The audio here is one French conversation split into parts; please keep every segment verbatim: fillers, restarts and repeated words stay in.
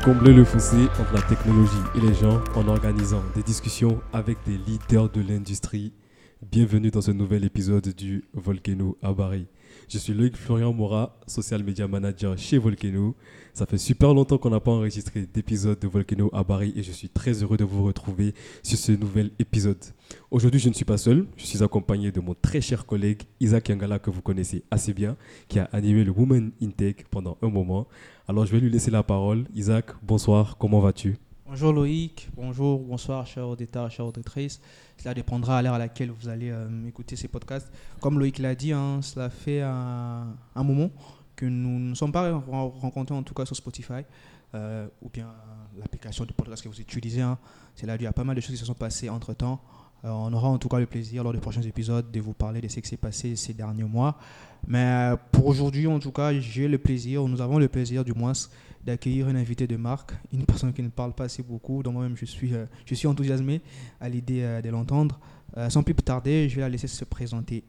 combler le fossé entre la technologie et les gens en organisant des discussions avec des leaders de l'industrie. Bienvenue dans ce nouvel épisode du Volcano à Paris. Je suis Loïc Florian Mora, Social Media Manager chez Volcano. Ça fait super longtemps qu'on n'a pas enregistré d'épisode de Volcano à Paris et je suis très heureux de vous retrouver sur ce nouvel épisode. Aujourd'hui, je ne suis pas seul, je suis accompagné de mon très cher collègue Isaac Yangala que vous connaissez assez bien, qui a animé le Women in Tech pendant un moment. Alors, je vais lui laisser la parole. Isaac, bonsoir, comment vas-tu ? Bonjour Loïc, bonjour, bonsoir chers auditeurs, chères auditrices. Cela dépendra à l'heure à laquelle vous allez euh, écouter ces podcasts. Comme Loïc l'a dit, hein, cela fait un, un moment que nous ne sommes pas rencontrés, en tout cas sur Spotify, euh, ou bien l'application de podcast que vous utilisez. Hein. C'est là, il y a pas mal de choses qui se sont passées entre-temps. Euh, on aura en tout cas le plaisir lors des prochains épisodes de vous parler de ce qui s'est passé ces derniers mois. Mais pour aujourd'hui, en tout cas, j'ai le plaisir, nous avons le plaisir du moins, d'accueillir un invité de marque, une personne qui ne parle pas assez beaucoup, donc moi-même je suis, euh, je suis enthousiasmé à l'idée euh, de l'entendre. Euh, sans plus tarder, je vais la laisser se présenter.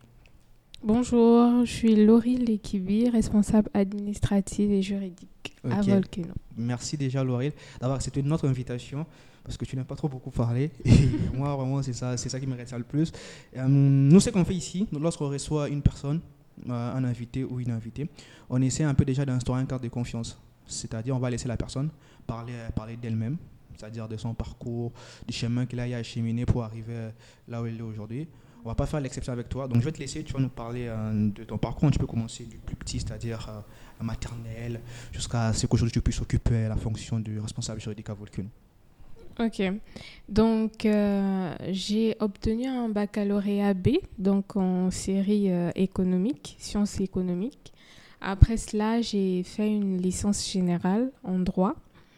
Bonjour, je suis Laurie Lekibi, responsable administrative et juridique okay. à Volcano. Merci déjà Laurie d'avoir accepté notre invitation parce que tu n'as pas trop beaucoup parlé et moi vraiment c'est ça, c'est ça qui me retient le plus. Euh, nous ce qu'on fait ici, lorsqu'on reçoit une personne, euh, un invité ou une invitée, on essaie un peu déjà d'instaurer un cadre de confiance. C'est-à-dire, on va laisser la personne parler, parler d'elle-même, c'est-à-dire de son parcours, du chemin qu'elle a acheminé pour arriver là où elle est aujourd'hui. On ne va pas faire l'exception avec toi. Donc, je vais te laisser, tu vas nous parler euh, de ton parcours. Tu peux commencer du plus petit, c'est-à-dire euh, la maternelle, jusqu'à ce qu'aujourd'hui tu puisses occuper la fonction de responsable juridique à Volcano. Ok. Donc, euh, j'ai obtenu un baccalauréat B, donc en série euh, économique, sciences économiques. Après cela, j'ai fait une licence générale en droit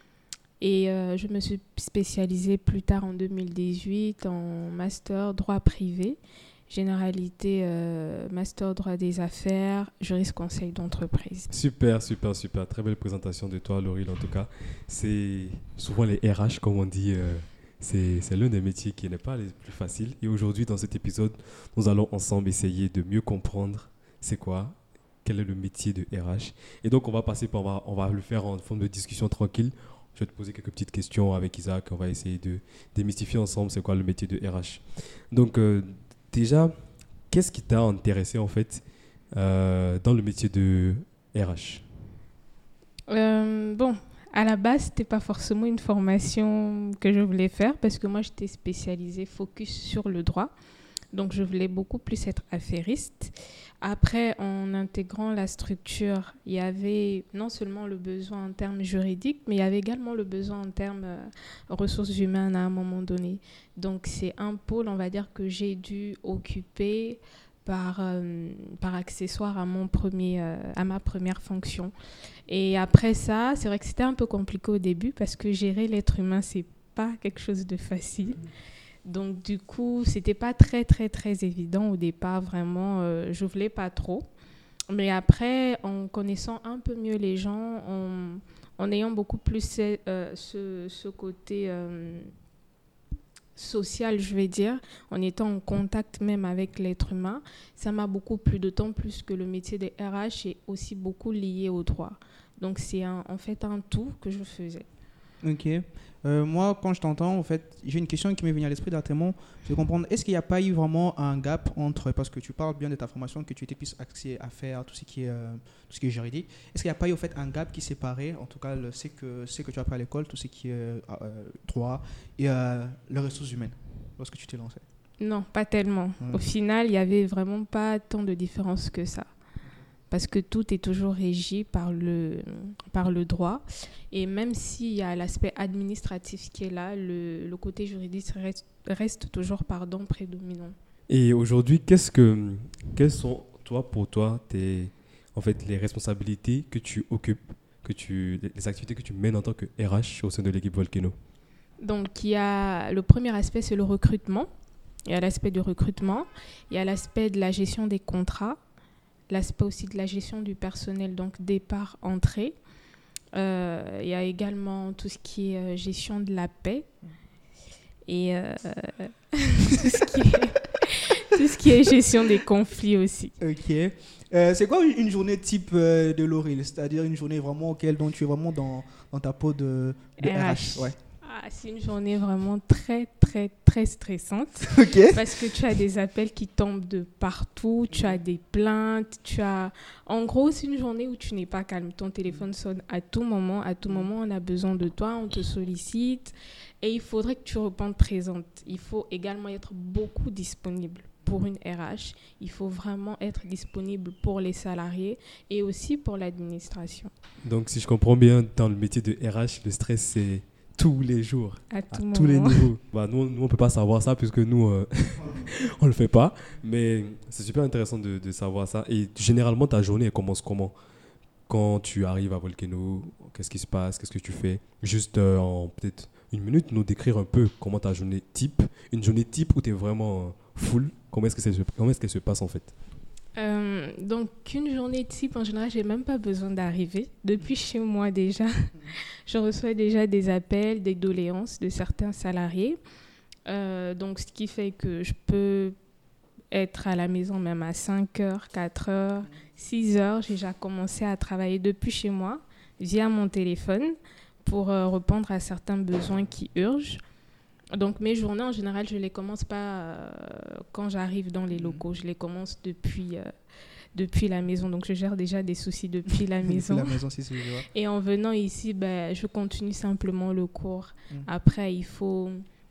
et euh, je me suis spécialisée plus tard en deux mille dix-huit en master droit privé, généralité euh, master droit des affaires, juriste conseil d'entreprise. Super, super, super. Très belle présentation de toi, Laurie, en tout cas. C'est souvent les R H, comme on dit, euh, c'est, c'est l'un des métiers qui n'est pas les plus faciles. Et aujourd'hui, dans cet épisode, nous allons ensemble essayer de mieux comprendre c'est quoi, quel est le métier de R H. Et donc, on va passer par, on va, on va le faire en forme de discussion tranquille. Je vais te poser quelques petites questions avec Isaac. On va essayer de démystifier ensemble c'est quoi le métier de R H. Donc, euh, déjà, qu'est-ce qui t'a intéressé en fait euh, dans le métier de R H ? euh, Bon, à la base, c'était pas forcément une formation que je voulais faire parce que moi, j'étais spécialisée focus sur le droit. Donc, je voulais beaucoup plus être affairiste. Après, en intégrant la structure, il y avait non seulement le besoin en termes juridiques, mais il y avait également le besoin en termes euh, ressources humaines à un moment donné. Donc, c'est un pôle, on va dire, que j'ai dû occuper par, euh, par accessoire à, mon premier, euh, à ma première fonction. Et après ça, c'est vrai que c'était un peu compliqué au début parce que gérer l'être humain, c'est pas quelque chose de facile. Donc, du coup, c'était pas très, très, très évident au départ, vraiment. Euh, je voulais pas trop. Mais après, en connaissant un peu mieux les gens, en, en ayant beaucoup plus euh, ce, ce côté euh, social, je vais dire, en étant en contact même avec l'être humain, ça m'a beaucoup plu, d'autant plus que le métier de R H est aussi beaucoup lié au droit. Donc, c'est un, en fait un tout que je faisais. Ok. Euh, moi, quand je t'entends, en fait, j'ai une question qui m'est venue à l'esprit directement. Je veux comprendre, est-ce qu'il n'y a pas eu vraiment un gap entre, parce que tu parles bien de ta formation, que tu étais plus axé à faire tout ce qui est, euh, tout ce qui est juridique. Est-ce qu'il n'y a pas eu, en fait, un gap qui séparait, en tout cas, le, ce, que, ce que tu as appris à l'école, tout ce qui est euh, droit et euh, les ressources humaines, lorsque tu t'es lancé ? Non, pas tellement. Mmh. Au final, il n'y avait vraiment pas tant de différence que ça. Parce que tout est toujours régi par le, par le droit. Et même s'il y a l'aspect administratif qui est là, le, le côté juridique reste, reste toujours pardon, prédominant. Et aujourd'hui, qu'est-ce que, quelles sont, toi, pour toi, tes, en fait, les responsabilités que tu occupes, que tu, les activités que tu mènes en tant que R H au sein de l'équipe Volcano ? Donc, il y a, le premier aspect, c'est le recrutement. Il y a l'aspect du recrutement. Il y a l'aspect de la gestion des contrats. L'aspect aussi de la gestion du personnel, donc départ, entrée. Euh, il y a également tout ce qui est euh, gestion de la paie et euh, tout, ce qui est, tout Tout ce qui est gestion des conflits aussi. Ok. Euh, c'est quoi une journée type euh, de Laurel? C'est-à-dire une journée vraiment auquel dont tu es vraiment dans, dans ta peau de, de R H. R H. Ouais. Ah, c'est une journée vraiment très, très, très stressante. Ok. Parce que tu as des appels qui tombent de partout, tu as des plaintes, tu as... En gros, c'est une journée où tu n'es pas calme. Ton téléphone sonne à tout moment. À tout moment, on a besoin de toi, on te sollicite. Et il faudrait que tu répondes présente. Il faut également être beaucoup disponible pour une R H. Il faut vraiment être disponible pour les salariés et aussi pour l'administration. Donc, si je comprends bien, dans le métier de R H, le stress, c'est tous les jours, À à tout tous les moment. niveaux. Bah, nous, nous, on ne peut pas savoir ça puisque nous, euh, on ne le fait pas. Mais c'est super intéressant de, de savoir ça. Et généralement, ta journée, elle commence comment? Quand tu arrives à Volcano, qu'est-ce qui se passe? Qu'est-ce que tu fais? Juste euh, en peut-être une minute, nous décrire un peu comment ta journée type, une journée type où tu es vraiment euh, full, comment est-ce que c'est- comment est-ce qu'elle se passe en fait? Euh, donc, une journée type, en général, j'ai même pas besoin d'arriver. Depuis chez moi déjà, je reçois déjà des appels, des doléances de certains salariés. Euh, donc, ce qui fait que je peux être à la maison même à cinq heures, quatre heures, six heures. J'ai déjà commencé à travailler depuis chez moi via mon téléphone pour euh, répondre à certains besoins qui urgent. Donc mes journées en général, je les commence pas euh, quand j'arrive dans les locaux, je les commence depuis euh, depuis la maison. Donc je gère déjà des soucis depuis la maison. La maison, si c'est je vois. Et en venant ici, ben, je continue simplement le cours. Mm. Après, il faut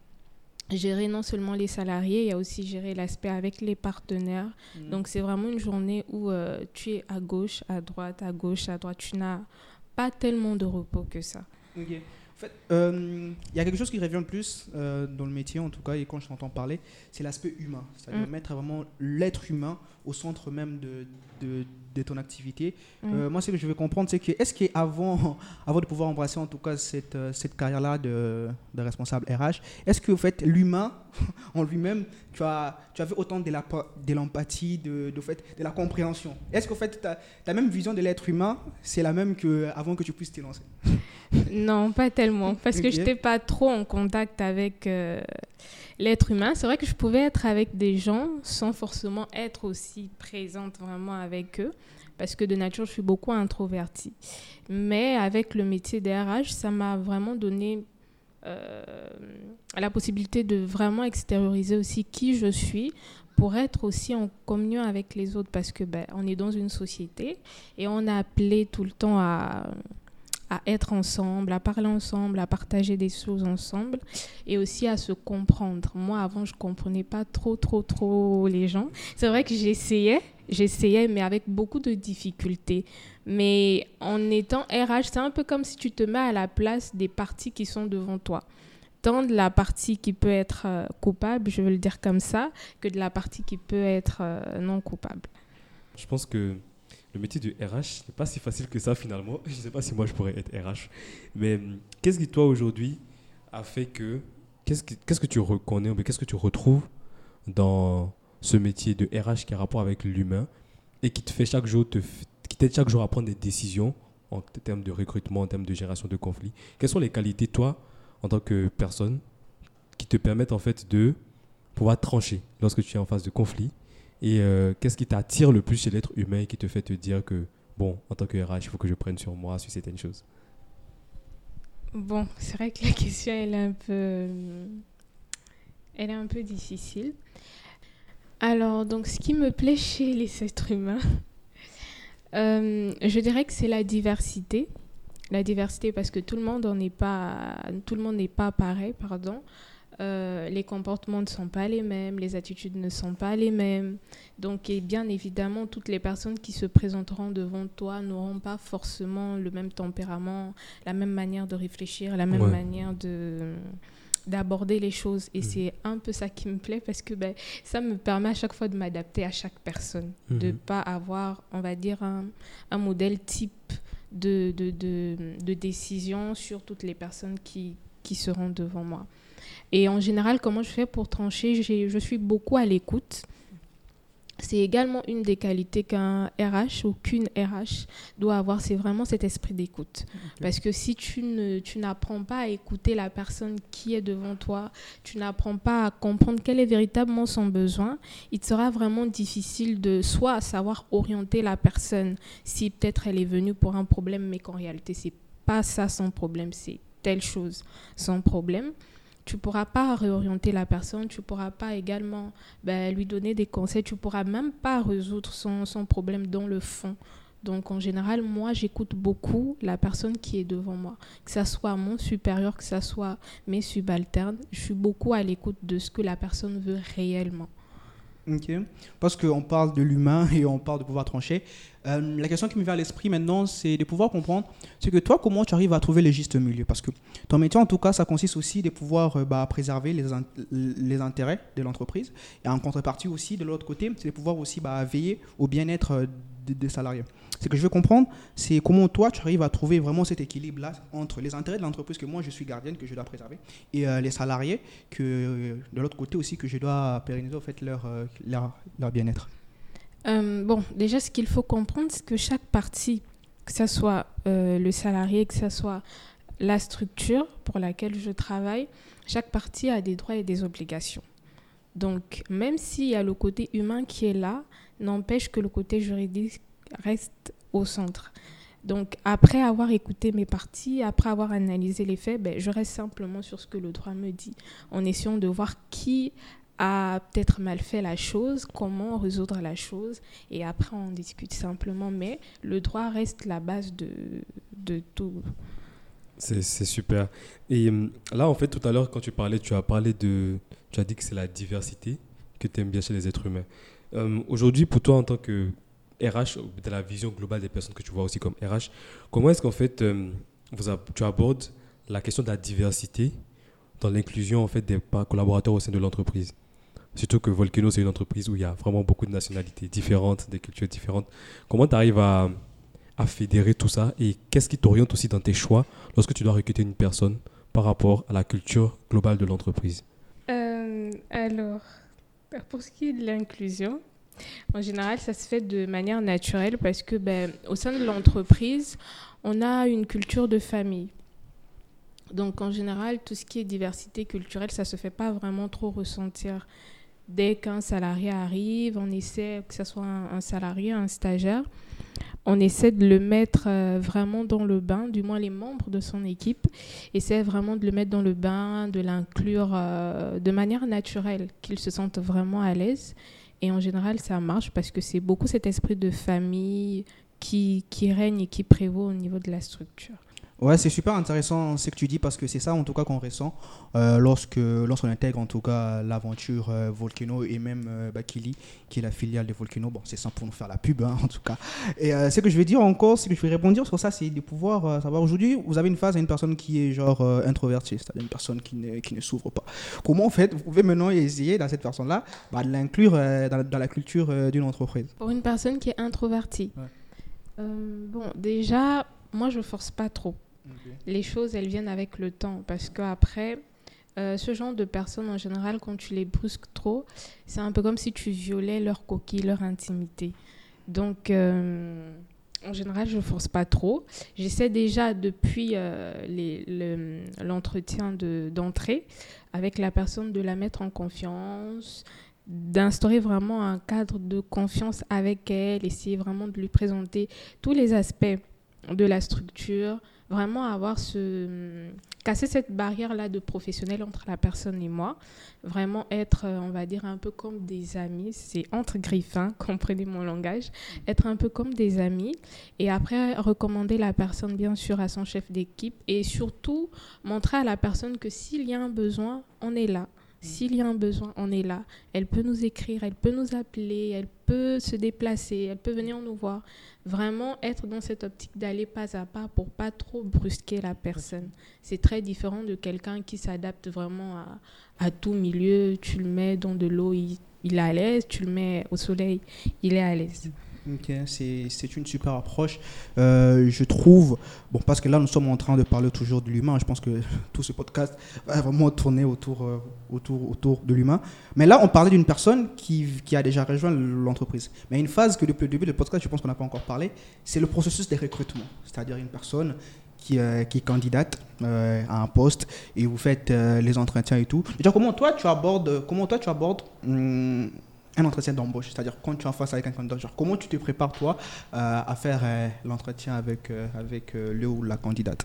gérer non seulement les salariés, il y a aussi gérer l'aspect avec les partenaires. Mm. Donc c'est vraiment une journée où euh, tu es à gauche, à droite, à gauche, à droite. Tu n'as pas tellement de repos que ça. Ok. En fait, euh, il y a quelque chose qui revient le plus euh, dans le métier, en tout cas, et quand je t'entends parler, c'est l'aspect humain. C'est-à-dire Mm. mettre vraiment l'être humain au centre même de, de, de ton activité. Mm. Euh, moi, ce que je veux comprendre, c'est que est-ce qu'avant avant de pouvoir embrasser, en tout cas, cette, euh, cette carrière-là de, de responsable R H, est-ce que, en fait, l'humain en lui-même, tu as, tu avais autant de, la, de l'empathie, de, de, fait, de la compréhension? Est-ce qu'en fait, ta, ta même vision de l'être humain, c'est la même qu'avant que tu puisses te lancer? Non, pas tellement, parce que Ok. je n'étais pas trop en contact avec euh, l'être humain. C'est vrai que je pouvais être avec des gens sans forcément être aussi présente vraiment avec eux, parce que de nature, je suis beaucoup introvertie. Mais avec le métier de R H, ça m'a vraiment donné euh, la possibilité de vraiment extérioriser aussi qui je suis pour être aussi en communion avec les autres, parce que ben, on est dans une société et on est appelé tout le temps à... à être ensemble, à parler ensemble, à partager des choses ensemble et aussi à se comprendre. Moi, avant, je ne comprenais pas trop, trop, trop les gens. C'est vrai que j'essayais, j'essayais, mais avec beaucoup de difficultés. Mais en étant R H, c'est un peu comme si tu te mets à la place des parties qui sont devant toi. Tant de la partie qui peut être euh, coupable, je veux le dire comme ça, que de la partie qui peut être euh, non coupable. Je pense que le métier de R H n'est pas si facile que ça finalement. Je ne sais pas si moi je pourrais être R H. Mais hum, qu'est-ce qui toi aujourd'hui a fait que... Qu'est-ce que, qu'est-ce que tu reconnais ou bien qu'est-ce que tu retrouves dans ce métier de R H qui a rapport avec l'humain et qui te fait chaque jour, te, f- qui t'aide chaque jour à prendre des décisions en termes de recrutement, en termes de génération de conflits? Quelles sont les qualités, toi, en tant que personne, qui te permettent en fait de pouvoir trancher lorsque tu es en phase de conflit? Et euh, qu'est-ce qui t'attire le plus chez l'être humain et qui te fait te dire que, bon, en tant que R H, il faut que je prenne sur moi sur certaines choses? Bon, c'est vrai que la question, elle est un peu, elle est un peu difficile. Alors, donc, ce qui me plaît chez les êtres humains, euh, je dirais que c'est la diversité. La diversité, parce que tout le monde n'est pas, tout le monde n'est pas pareil, pardon. Euh, les comportements ne sont pas les mêmes, les attitudes ne sont pas les mêmes. Donc, et bien évidemment, toutes les personnes qui se présenteront devant toi n'auront pas forcément le même tempérament, la même manière de réfléchir, la même Ouais. manière de, d'aborder les choses. Et Mhm. c'est un peu ça qui me plaît, parce que ben, ça me permet à chaque fois de m'adapter à chaque personne, Mhm. de ne pas avoir, on va dire, un, un modèle type de, de, de, de décision sur toutes les personnes qui, qui seront devant moi. Et en général, comment je fais pour trancher? J'ai, je suis beaucoup à l'écoute. c'est également une des qualités qu'un R H ou qu'une R H doit avoir, c'est vraiment cet esprit d'écoute. Okay. Parce que si tu, ne, tu n'apprends pas à écouter la personne qui est devant toi, tu n'apprends pas à comprendre quel est véritablement son besoin, il te sera vraiment difficile de soit savoir orienter la personne si peut-être elle est venue pour un problème, mais qu'en réalité, c'est pas ça son problème, c'est telle chose son problème. Tu ne pourras pas réorienter la personne, tu ne pourras pas également ben, lui donner des conseils, tu ne pourras même pas résoudre son, son problème dans le fond. Donc, en général, moi, j'écoute beaucoup la personne qui est devant moi. Que ce soit mon supérieur, que ce soit mes subalternes, je suis beaucoup à l'écoute de ce que la personne veut réellement. Ok, parce qu'on parle de l'humain et on parle de pouvoir trancher. Euh, la question qui me vient à l'esprit maintenant, c'est de pouvoir comprendre, c'est que toi, comment tu arrives à trouver le juste milieu? Parce que ton métier, en tout cas, ça consiste aussi de pouvoir euh, bah, préserver les, in- les intérêts de l'entreprise. Et en contrepartie aussi, de l'autre côté, c'est de pouvoir aussi bah, veiller au bien-être euh, des, des salariés. Ce que je veux comprendre, c'est comment toi, tu arrives à trouver vraiment cet équilibre-là entre les intérêts de l'entreprise, que moi, je suis gardienne, que je dois préserver, et euh, les salariés, que euh, de l'autre côté aussi, que je dois pérenniser au fait, leur, euh, leur, leur bien-être. Euh, bon, déjà, ce qu'il faut comprendre, c'est que chaque partie, que ce soit euh, le salarié, que ce soit la structure pour laquelle je travaille, chaque partie a des droits et des obligations. Donc, même s'il y a le côté humain qui est là, n'empêche que le côté juridique reste au centre. Donc, après avoir écouté mes parties, après avoir analysé les faits, ben, je reste simplement sur ce que le droit me dit, en essayant de voir qui a peut-être mal fait la chose, comment résoudre la chose, et après on discute simplement, mais le droit reste la base de, de tout. C'est, c'est super. Et là, en fait, tout à l'heure, quand tu parlais, tu as parlé de, tu as dit que c'est la diversité que tu aimes bien chez les êtres humains. Euh, aujourd'hui, pour toi, en tant que R H, de la vision globale des personnes que tu vois aussi comme R H, comment est-ce qu'en fait, euh, vous a, tu abordes la question de la diversité dans l'inclusion en fait, des collaborateurs au sein de l'entreprise? Surtout que Volcano, c'est une entreprise où il y a vraiment beaucoup de nationalités différentes, des cultures différentes. Comment tu arrives à, à fédérer tout ça et qu'est-ce qui t'oriente aussi dans tes choix lorsque tu dois recruter une personne par rapport à la culture globale de l'entreprise? euh, Alors, pour ce qui est de l'inclusion, en général, ça se fait de manière naturelle parce que ben, au sein de l'entreprise, on a une culture de famille. Donc, en général, tout ce qui est diversité culturelle, ça ne se fait pas vraiment trop ressentir. Dès qu'un salarié arrive, on essaie, que ce soit un, un salarié, un stagiaire, on essaie de le mettre euh, vraiment dans le bain, du moins les membres de son équipe, essaient vraiment de le mettre dans le bain, de l'inclure euh, de manière naturelle, qu'il se sente vraiment à l'aise. Et en général, ça marche parce que c'est beaucoup cet esprit de famille qui, qui règne et qui prévaut au niveau de la structure. Ouais, c'est super intéressant ce que tu dis parce que c'est ça en tout cas qu'on ressent euh, lorsque lorsqu'on intègre en tout cas l'aventure euh, Volcano et même euh, bah, Kili qui est la filiale de Volcano. Bon, c'est sans pour nous faire la pub hein, en tout cas. Et euh, ce que je vais dire encore, ce que je vais répondre sur ça, c'est de pouvoir euh, savoir aujourd'hui, vous avez une phase à une personne qui est genre euh, introvertie, c'est-à-dire une personne qui ne, qui ne s'ouvre pas. Comment en fait, vous pouvez maintenant essayer dans cette personne-là bah, de l'inclure euh, dans, dans la culture euh, d'une entreprise? Pour une personne qui est introvertie, ouais. euh, bon, déjà, moi je force pas trop. Okay. Les choses, elles viennent avec le temps parce qu'après, euh, ce genre de personnes, en général, quand tu les brusques trop, c'est un peu comme si tu violais leur coquille, leur intimité. Donc, euh, en général, je ne force pas trop. J'essaie déjà, depuis euh, les, le, l'entretien de, d'entrée avec la personne, de la mettre en confiance, d'instaurer vraiment un cadre de confiance avec elle, essayer vraiment de lui présenter tous les aspects de la structure, vraiment avoir ce casser cette barrière là de professionnel entre la personne et moi, vraiment être on va dire un peu comme des amis, c'est entre griffins, comprenez mon langage, être un peu comme des amis et après recommander la personne bien sûr à son chef d'équipe et surtout montrer à la personne que s'il y a un besoin, on est là. S'il y a un besoin, on est là. Elle peut nous écrire, elle peut nous appeler, elle peut se déplacer, elle peut venir nous voir. Vraiment être dans cette optique d'aller pas à pas pour pas trop brusquer la personne. C'est très différent de quelqu'un qui s'adapte vraiment à, à tout milieu. Tu le mets dans de l'eau, il, il est à l'aise. Tu le mets au soleil, il est à l'aise. Ok, c'est, c'est une super approche. Euh, je trouve, bon, parce que là, nous sommes en train de parler toujours de l'humain. Je pense que tout ce podcast va vraiment tourner autour, euh, autour, autour de l'humain. Mais là, on parlait d'une personne qui, qui a déjà rejoint l'entreprise. Mais une phase que depuis le début du podcast, je pense qu'on n'a pas encore parlé, c'est le processus de recrutement. C'est-à-dire une personne qui, euh, qui candidate euh, à un poste et vous faites euh, les entretiens et tout. Déjà, comment toi, tu abordes, comment toi, tu abordes hum, un entretien d'embauche, c'est-à-dire quand tu es en face avec un candidat, genre comment tu te prépares toi euh, à faire euh, l'entretien avec, euh, avec euh, le ou la candidate?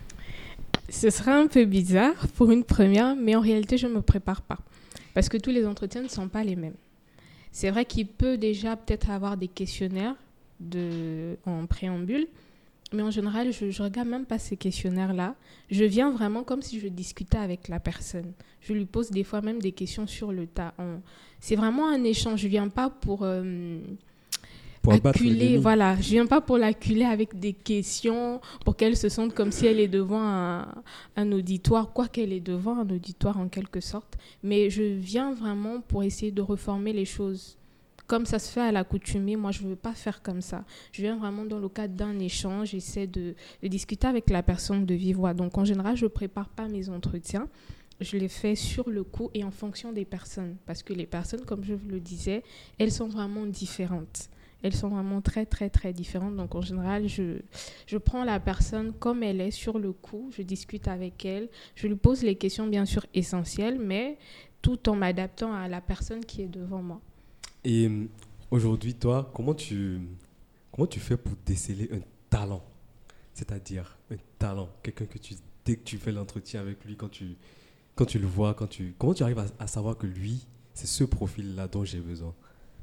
Ce sera un peu bizarre pour une première, mais en réalité, je ne me prépare pas. Parce que tous les entretiens ne sont pas les mêmes. C'est vrai qu'il peut déjà peut-être avoir des questionnaires de, en préambule, mais en général, je ne regarde même pas ces questionnaires-là. Je viens vraiment comme si je discutais avec la personne. Je lui pose des fois même des questions sur le tas. On... C'est vraiment un échange. Je ne viens pas pour, euh, pour acculer. Voilà. Je ne viens pas pour l'acculer avec des questions, pour qu'elle se sente comme si elle est devant un, un auditoire, quoi qu'elle est devant un auditoire en quelque sorte. Mais je viens vraiment pour essayer de reformer les choses. Comme ça se fait à l'accoutumée, moi, je ne veux pas faire comme ça. Je viens vraiment dans le cadre d'un échange, j'essaie de, de discuter avec la personne de vive voix. Donc, en général, je ne prépare pas mes entretiens. Je les fais sur le coup et en fonction des personnes. Parce que les personnes, comme je vous le disais, elles sont vraiment différentes. Elles sont vraiment très, très, très différentes. Donc, en général, je, je prends la personne comme elle est sur le coup. Je discute avec elle. Je lui pose les questions, bien sûr, essentielles, mais tout en m'adaptant à la personne qui est devant moi. Et aujourd'hui, toi, comment tu, comment tu fais pour déceler un talent? C'est-à-dire un talent, quelqu'un que tu, dès que tu fais l'entretien avec lui, quand tu, quand tu le vois, quand tu, comment tu arrives à, à savoir que lui, c'est ce profil-là dont j'ai besoin?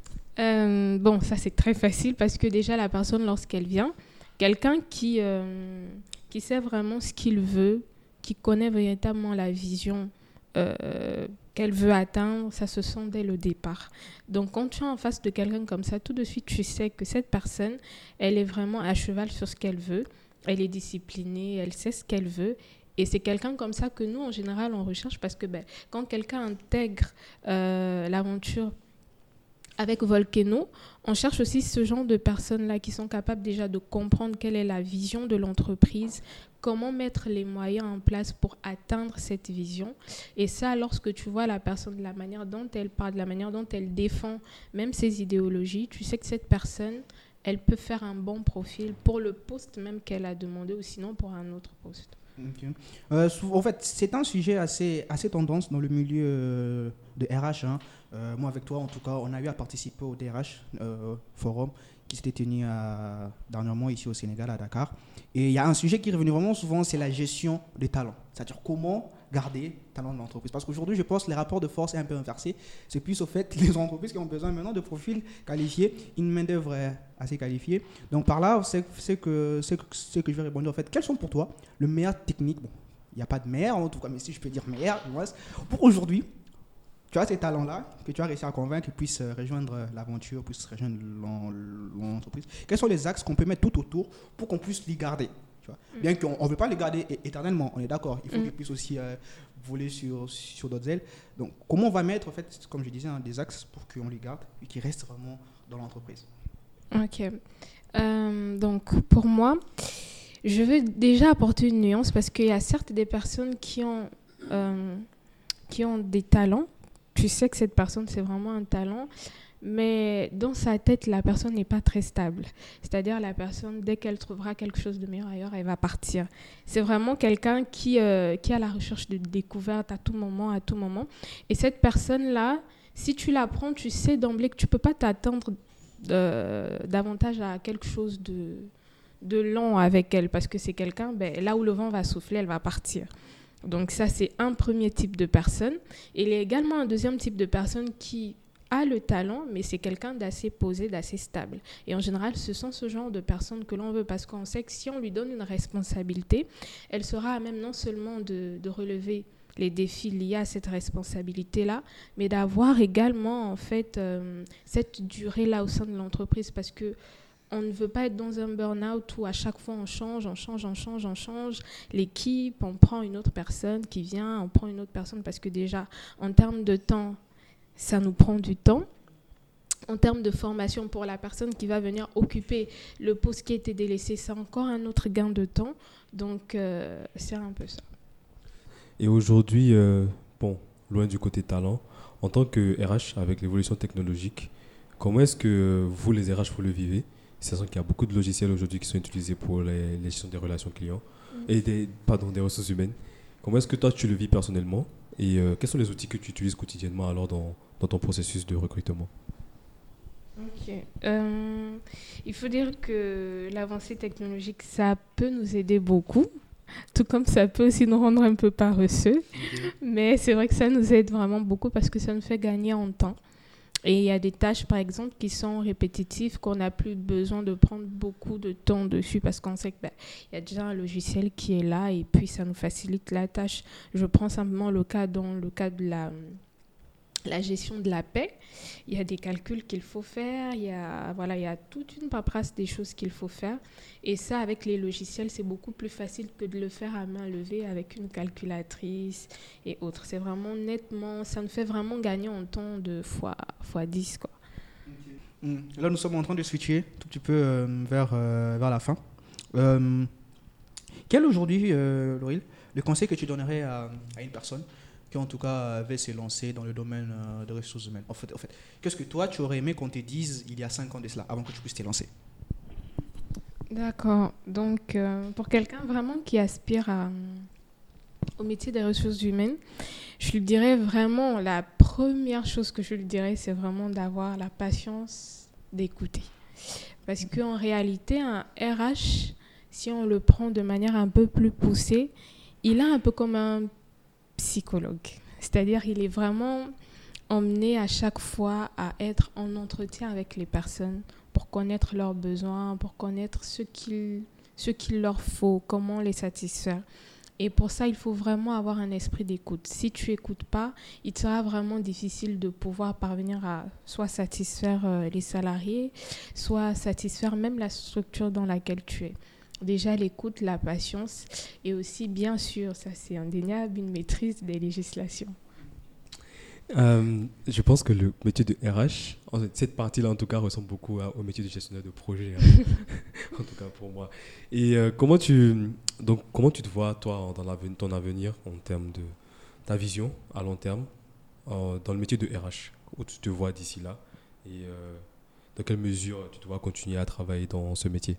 euh, Bon, ça c'est très facile parce que déjà la personne, lorsqu'elle vient, quelqu'un qui, euh, qui sait vraiment ce qu'il veut, qui connaît véritablement la vision euh, qu'elle veut atteindre, ça se sent dès le départ. Donc, quand tu es en face de quelqu'un comme ça, tout de suite, tu sais que cette personne, elle est vraiment à cheval sur ce qu'elle veut. Elle est disciplinée, elle sait ce qu'elle veut. Et c'est quelqu'un comme ça que nous, en général, on recherche parce que ben, quand quelqu'un intègre euh, l'aventure avec Volcano, on cherche aussi ce genre de personnes-là qui sont capables déjà de comprendre quelle est la vision de l'entreprise, comment mettre les moyens en place pour atteindre cette vision. Et ça, lorsque tu vois la personne, de la manière dont elle parle, de la manière dont elle défend même ses idéologies, tu sais que cette personne, elle peut faire un bon profil pour le poste même qu'elle a demandé ou sinon pour un autre poste. Okay. Euh, en fait, c'est un sujet assez, assez tendance dans le milieu euh, de R H. Hein. Euh, moi, avec toi, en tout cas, on a eu à participer au D R H euh, Forum qui s'était tenu à, dernièrement ici au Sénégal, à Dakar. Et il y a un sujet qui est revenu vraiment souvent, c'est la gestion des talents. C'est-à-dire comment garder les talents de l'entreprise. Parce qu'aujourd'hui, je pense que les rapports de force est un peu inversé. C'est plus au fait les entreprises qui ont besoin maintenant de profils qualifiés, une main-d'œuvre assez qualifiée. Donc par là, c'est, c'est, que, c'est, que, c'est que je vais répondre. En fait, quelles sont pour toi le meilleur technique? Bon, il n'y a pas de meilleur, en tout cas, mais si je peux dire meilleur, pour aujourd'hui, tu as ces talents-là que tu as réussi à convaincre qu'ils puissent rejoindre l'aventure, puissent rejoindre l'entreprise. Quels sont les axes qu'on peut mettre tout autour pour qu'on puisse les garder? Tu vois? Bien qu'on ne veut pas les garder éternellement, on est d'accord. Il faut mm. qu'ils puissent aussi euh, voler sur, sur d'autres ailes. Donc, comment on va mettre, en fait, comme je disais, hein, des axes pour qu'on les garde et qu'ils restent vraiment dans l'entreprise? Ok. Euh, donc, pour moi, je veux déjà apporter une nuance parce qu'il y a certes des personnes qui ont, euh, qui ont des talents. Tu sais que cette personne, c'est vraiment un talent, mais dans sa tête, la personne n'est pas très stable. C'est-à-dire, la personne, dès qu'elle trouvera quelque chose de meilleur ailleurs, elle va partir. C'est vraiment quelqu'un qui, euh, qui est à la recherche de découvertes à tout moment, à tout moment. Et cette personne-là, si tu la prends, tu sais d'emblée que tu ne peux pas t'attendre euh, davantage à quelque chose de, de long avec elle, parce que c'est quelqu'un, ben, là où le vent va souffler, elle va partir. Donc ça, c'est un premier type de personne. Et il y a également un deuxième type de personne qui a le talent, mais c'est quelqu'un d'assez posé, d'assez stable. Et en général, ce sont ce genre de personnes que l'on veut parce qu'on sait que si on lui donne une responsabilité, elle sera à même non seulement de, de relever les défis liés à cette responsabilité-là, mais d'avoir également en fait euh, cette durée-là au sein de l'entreprise parce que on ne veut pas être dans un burn-out où à chaque fois on change, on change, on change, on change l'équipe, on prend une autre personne qui vient, on prend une autre personne parce que déjà, en termes de temps, ça nous prend du temps. en termes de formation pour la personne qui va venir occuper le poste qui a été délaissé, c'est encore un autre gain de temps. Donc, euh, c'est un peu ça. Et aujourd'hui, euh, bon, loin du côté talent, en tant que R H, avec l'évolution technologique, comment est-ce que vous, les R H, vous le vivez? Sachant qu'il y a beaucoup de logiciels aujourd'hui qui sont utilisés pour les, les gestions des relations clients mmh. et des, pardon, des ressources humaines. Comment est-ce que toi, tu le vis personnellement? Et euh, quels sont les outils que tu utilises quotidiennement alors dans, dans ton processus de recrutement? Ok. Euh, il faut dire que l'avancée technologique, ça peut nous aider beaucoup, tout comme ça peut aussi nous rendre un peu paresseux. Okay. Mais c'est vrai que ça nous aide vraiment beaucoup parce que ça nous fait gagner en temps. Et il y a des tâches, par exemple, qui sont répétitives, qu'on n'a plus besoin de prendre beaucoup de temps dessus parce qu'on sait qu'il bah, y a déjà un logiciel qui est là et puis ça nous facilite la tâche. Je prends simplement le cas dans le cas de la... la gestion de la paie, il y a des calculs qu'il faut faire, il y a, voilà, il y a toute une paperasse des choses qu'il faut faire. Et ça, avec les logiciels, c'est beaucoup plus facile que de le faire à main levée avec une calculatrice et autres. C'est vraiment nettement, ça nous fait vraiment gagner en temps de fois, fois dix, quoi. Okay. Là, nous sommes en train de switcher tout petit peu euh, vers, euh, vers la fin. Euh, quel aujourd'hui, euh, Lauril, le conseil que tu donnerais à, à une personne qui en tout cas avait se lancer dans le domaine euh, des ressources humaines. En fait, en fait, qu'est-ce que toi, tu aurais aimé qu'on te dise il y a cinq ans de cela, avant que tu puisses te lancer? D'accord. Donc, euh, pour quelqu'un vraiment qui aspire à, au métier des ressources humaines, je lui dirais vraiment, la première chose que je lui dirais, c'est vraiment d'avoir la patience d'écouter. Parce qu'en réalité, un R H, si on le prend de manière un peu plus poussée, il a un peu comme un psychologue. C'est-à-dire il est vraiment emmené à chaque fois à être en entretien avec les personnes pour connaître leurs besoins, pour connaître ce qu'il, ce qu'il leur faut, comment les satisfaire. Et pour ça, il faut vraiment avoir un esprit d'écoute. Si tu n'écoutes pas, il te sera vraiment difficile de pouvoir parvenir à soit satisfaire euh, les salariés, soit satisfaire même la structure dans laquelle tu es. Déjà, l'écoute, la patience et aussi, bien sûr, ça c'est indéniable, une maîtrise des législations. Euh, je pense que le métier de R H, cette partie-là en tout cas, ressemble beaucoup à, au métier de gestionnaire de projet, hein. En tout cas pour moi. Et euh, comment, tu, donc, comment tu te vois, toi, dans l'avenir, ton avenir en termes de ta vision à long terme euh, dans le métier de R H? Où tu te vois d'ici là? Et euh, dans quelle mesure tu dois continuer à travailler dans ce métier?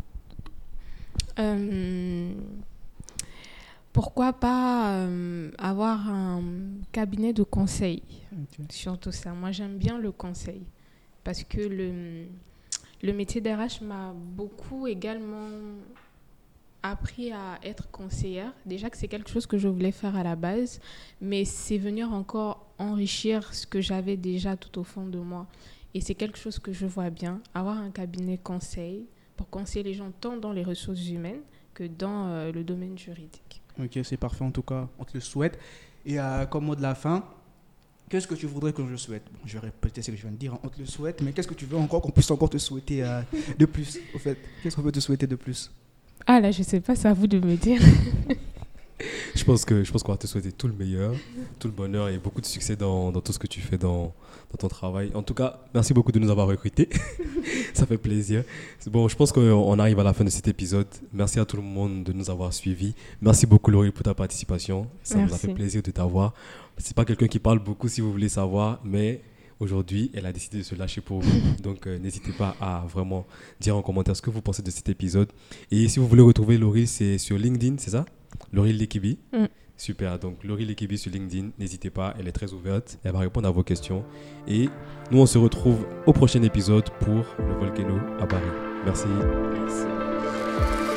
Euh, pourquoi pas euh, avoir un cabinet de conseil, okay. Surtout ça. Moi, j'aime bien le conseil parce que le, le métier d'R H m'a beaucoup également appris à être conseillère. Déjà que c'est quelque chose que je voulais faire à la base, mais c'est venir encore enrichir ce que j'avais déjà tout au fond de moi. Et c'est quelque chose que je vois bien, avoir un cabinet conseil, pour conseiller les gens tant dans les ressources humaines que dans euh, le domaine juridique. Ok, c'est parfait en tout cas, on te le souhaite. Et euh, comme mot de la fin, qu'est-ce que tu voudrais que je souhaite? Bon, je vais répéter ce que je viens de dire, on te le souhaite, mais qu'est-ce que tu veux encore qu'on puisse encore te souhaiter euh, de plus, au fait? Qu'est-ce qu'on peut te souhaiter de plus? Ah là, je sais pas, c'est à vous de me dire. Je pense que je pense qu'on va te souhaiter tout le meilleur, tout le bonheur et beaucoup de succès dans, dans tout ce que tu fais dans, dans ton travail. En tout cas, merci beaucoup de nous avoir recrutés. Ça fait plaisir. Bon, je pense qu'on arrive à la fin de cet épisode. Merci à tout le monde de nous avoir suivis. Merci beaucoup, Laurie, pour ta participation. Ça merci. Nous a fait plaisir de t'avoir. C'est pas quelqu'un qui parle beaucoup, si vous voulez savoir, mais aujourd'hui, elle a décidé de se lâcher pour vous. Donc, euh, n'hésitez pas à vraiment dire en commentaire ce que vous pensez de cet épisode. Et si vous voulez retrouver Laurie, c'est sur LinkedIn, c'est ça? Laurie Lekibi. Mm. Super, donc Laurie Lekibi sur LinkedIn, n'hésitez pas, elle est très ouverte, elle va répondre à vos questions. Et nous, on se retrouve au prochain épisode pour le Volcano à Paris. Merci. Merci.